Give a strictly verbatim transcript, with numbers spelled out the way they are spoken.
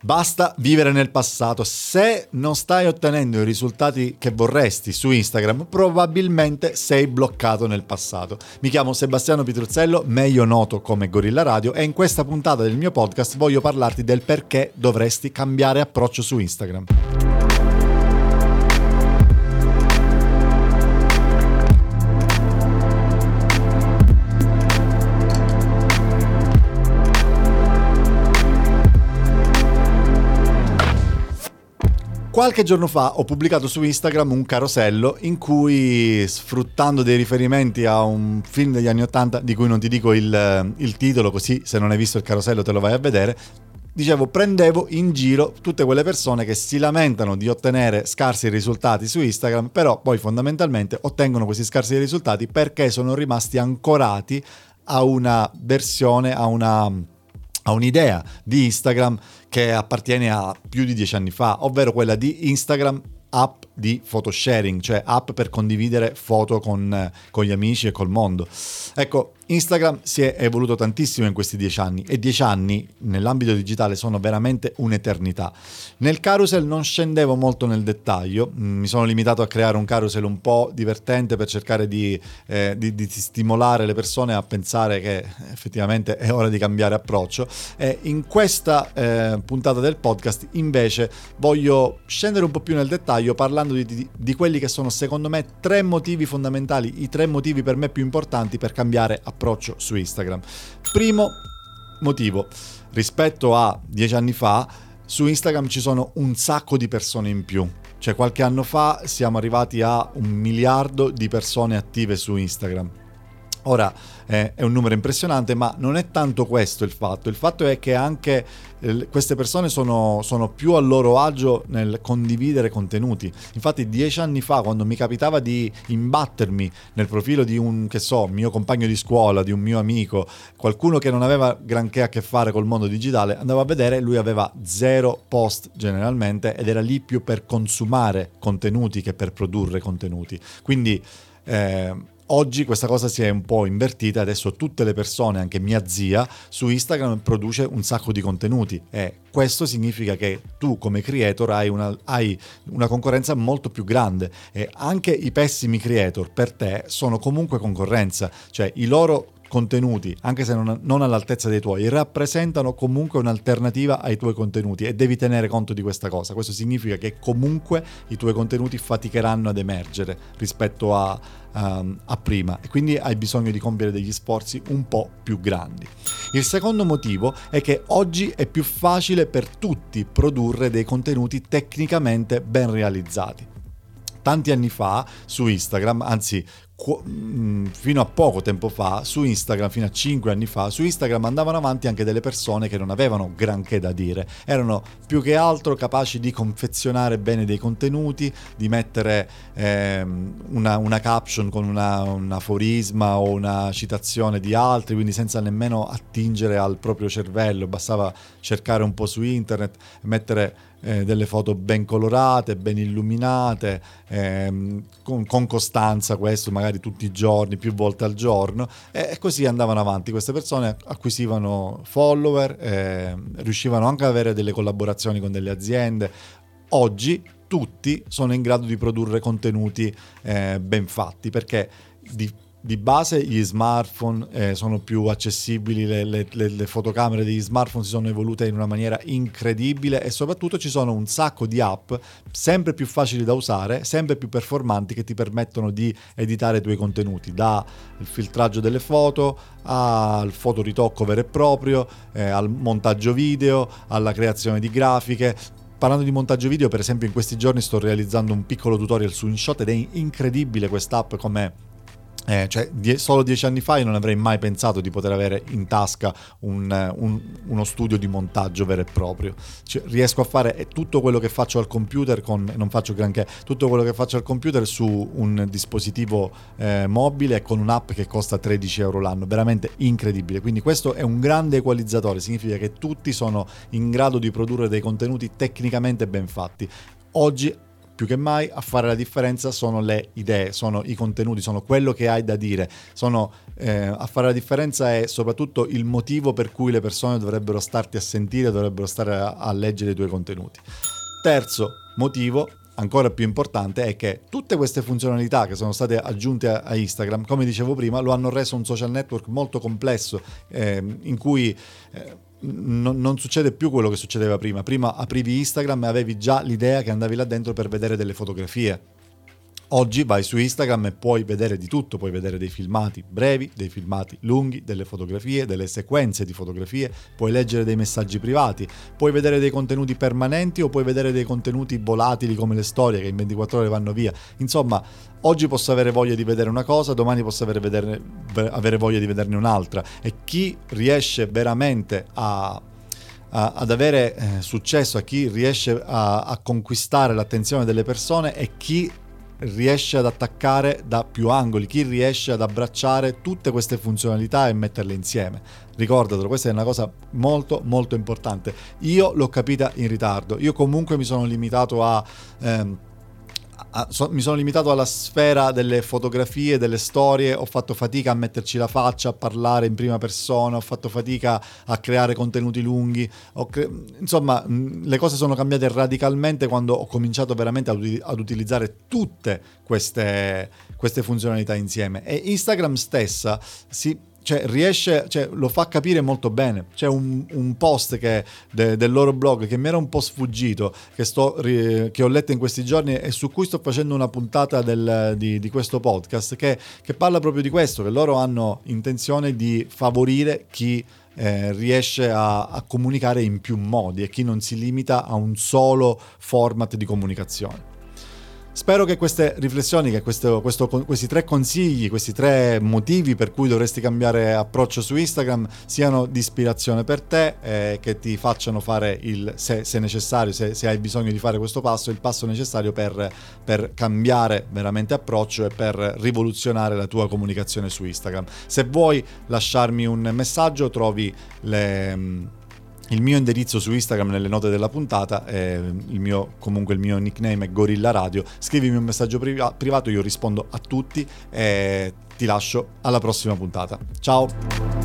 Basta vivere nel passato. Se non stai ottenendo i risultati che vorresti su Instagram, probabilmente sei bloccato nel passato. Mi chiamo Sebastiano Pitruzzello, meglio noto come Gorilla Radio, e in questa puntata del mio podcast voglio parlarti del perché dovresti cambiare approccio su Instagram. Qualche giorno fa ho pubblicato su Instagram un carosello in cui, sfruttando dei riferimenti a un film degli anni Ottanta, di cui non ti dico il, il titolo, così se non hai visto il carosello te lo vai a vedere, dicevo, prendevo in giro tutte quelle persone che si lamentano di ottenere scarsi risultati su Instagram, però poi fondamentalmente ottengono questi scarsi risultati perché sono rimasti ancorati a una versione, a una... a un'idea di Instagram che appartiene a più di dieci anni fa, ovvero quella di Instagram app di photo sharing, cioè app per condividere foto con, con gli amici e col mondo. Ecco, Instagram si è evoluto tantissimo in questi dieci anni e dieci anni nell'ambito digitale sono veramente un'eternità. Nel carousel non scendevo molto nel dettaglio, mi sono limitato a creare un carousel un po' divertente per cercare di, eh, di, di stimolare le persone a pensare che effettivamente è ora di cambiare approccio, e in questa eh, puntata del podcast invece voglio scendere un po' più nel dettaglio parlando di, di, di quelli che sono secondo me tre motivi fondamentali, i tre motivi per me più importanti per cambiare approccio su Instagram. Primo motivo: rispetto a dieci anni fa su Instagram ci sono un sacco di persone in più, cioè qualche anno fa siamo arrivati a un miliardo di persone attive su Instagram. Ora eh, è un numero impressionante, ma non è tanto questo il fatto. Il fatto è che anche eh, queste persone sono, sono più a loro agio nel condividere contenuti. Infatti dieci anni fa, quando mi capitava di imbattermi nel profilo di un, che so, mio compagno di scuola, di un mio amico, qualcuno che non aveva granché a che fare col mondo digitale, andavo a vedere, lui aveva zero post generalmente ed era lì più per consumare contenuti che per produrre contenuti. Quindi eh, oggi questa cosa si è un po' invertita, adesso tutte le persone, anche mia zia, su Instagram produce un sacco di contenuti, e questo significa che tu come creator hai una, hai una concorrenza molto più grande, e anche i pessimi creator per te sono comunque concorrenza, cioè i loro contenuti, anche se non, non all'altezza dei tuoi, rappresentano comunque un'alternativa ai tuoi contenuti, e devi tenere conto di questa cosa. Questo significa che comunque i tuoi contenuti faticheranno ad emergere rispetto a, um, a prima, e quindi hai bisogno di compiere degli sforzi un po' più grandi. Il secondo motivo è che oggi è più facile per tutti produrre dei contenuti tecnicamente ben realizzati. Tanti anni fa su Instagram, anzi fino a poco tempo fa su Instagram, fino a cinque anni fa su Instagram andavano avanti anche delle persone che non avevano granché da dire, erano più che altro capaci di confezionare bene dei contenuti, di mettere ehm, una, una caption con una, un aforisma o una citazione di altri, quindi senza nemmeno attingere al proprio cervello, bastava cercare un po' su internet, mettere Eh, delle foto ben colorate, ben illuminate, ehm, con, con costanza, questo magari tutti i giorni, più volte al giorno, e, e così andavano avanti. Queste persone acquisivano follower, eh, riuscivano anche ad avere delle collaborazioni con delle aziende. Oggi tutti sono in grado di produrre contenuti eh, ben fatti, perché di Di base gli smartphone eh, sono più accessibili, le, le, le fotocamere degli smartphone si sono evolute in una maniera incredibile, e soprattutto ci sono un sacco di app sempre più facili da usare, sempre più performanti, che ti permettono di editare i tuoi contenuti, dal filtraggio delle foto al fotoritocco vero e proprio, eh, al montaggio video, alla creazione di grafiche. Parlando di montaggio video, per esempio, in questi giorni sto realizzando un piccolo tutorial su InShot ed è incredibile quest'app come Eh, cioè die- solo dieci anni fa io non avrei mai pensato di poter avere in tasca un, un, uno studio di montaggio vero e proprio. Cioè, riesco a fare tutto quello che faccio al computer con non faccio granché tutto quello che faccio al computer su un dispositivo eh, mobile e con un'app che costa tredici euro l'anno, veramente incredibile. Quindi questo è un grande equalizzatore, significa che tutti sono in grado di produrre dei contenuti tecnicamente ben fatti. Oggi più che mai a fare la differenza sono le idee, sono i contenuti, sono quello che hai da dire, sono, eh, a fare la differenza è soprattutto il motivo per cui le persone dovrebbero starti a sentire, dovrebbero stare a, a leggere i tuoi contenuti. Terzo motivo, ancora più importante, è che tutte queste funzionalità che sono state aggiunte a, a Instagram, come dicevo prima, lo hanno reso un social network molto complesso, eh, in cui eh, non, non succede più quello che succedeva prima. Prima aprivi Instagram e avevi già l'idea che andavi là dentro per vedere delle fotografie. Oggi vai su Instagram e puoi vedere di tutto, puoi vedere dei filmati brevi, dei filmati lunghi, delle fotografie, delle sequenze di fotografie, puoi leggere dei messaggi privati, puoi vedere dei contenuti permanenti o puoi vedere dei contenuti volatili come le storie che in ventiquattro ore vanno via. Insomma, oggi posso avere voglia di vedere una cosa, domani posso avere, vederne, avere voglia di vederne un'altra, e chi riesce veramente a ad avere eh, successo, a chi riesce a, a conquistare l'attenzione delle persone è chi riesce ad attaccare da più angoli, chi riesce ad abbracciare tutte queste funzionalità e metterle insieme. Ricordatelo, questa è una cosa molto molto importante. Io l'ho capita in ritardo, io comunque mi sono limitato a... Ehm, Ah, so, mi sono limitato alla sfera delle fotografie, delle storie, ho fatto fatica a metterci la faccia, a parlare in prima persona, ho fatto fatica a creare contenuti lunghi, ho cre- insomma mh, le cose sono cambiate radicalmente quando ho cominciato veramente ad, ut- ad utilizzare tutte queste, queste funzionalità insieme, e Instagram stessa si... Cioè, riesce, cioè, lo fa capire molto bene. C'è un, un post che, de, del loro blog che mi era un po' sfuggito, che, sto, che ho letto in questi giorni e su cui sto facendo una puntata del, di, di questo podcast, che, che parla proprio di questo, che loro hanno intenzione di favorire chi eh, riesce a, a comunicare in più modi e chi non si limita a un solo format di comunicazione. Spero che queste riflessioni, che questo, questo, questi tre consigli, questi tre motivi per cui dovresti cambiare approccio su Instagram siano di ispirazione per te, e che ti facciano fare il, se, se necessario, se, se hai bisogno di fare questo passo, il passo necessario per, per cambiare veramente approccio e per rivoluzionare la tua comunicazione su Instagram. Se vuoi lasciarmi un messaggio, trovi le... il mio indirizzo su Instagram nelle note della puntata, eh, il mio, comunque il mio nickname è Gorilla Radio. Scrivimi un messaggio priva- privato, io rispondo a tutti e ti lascio alla prossima puntata. Ciao!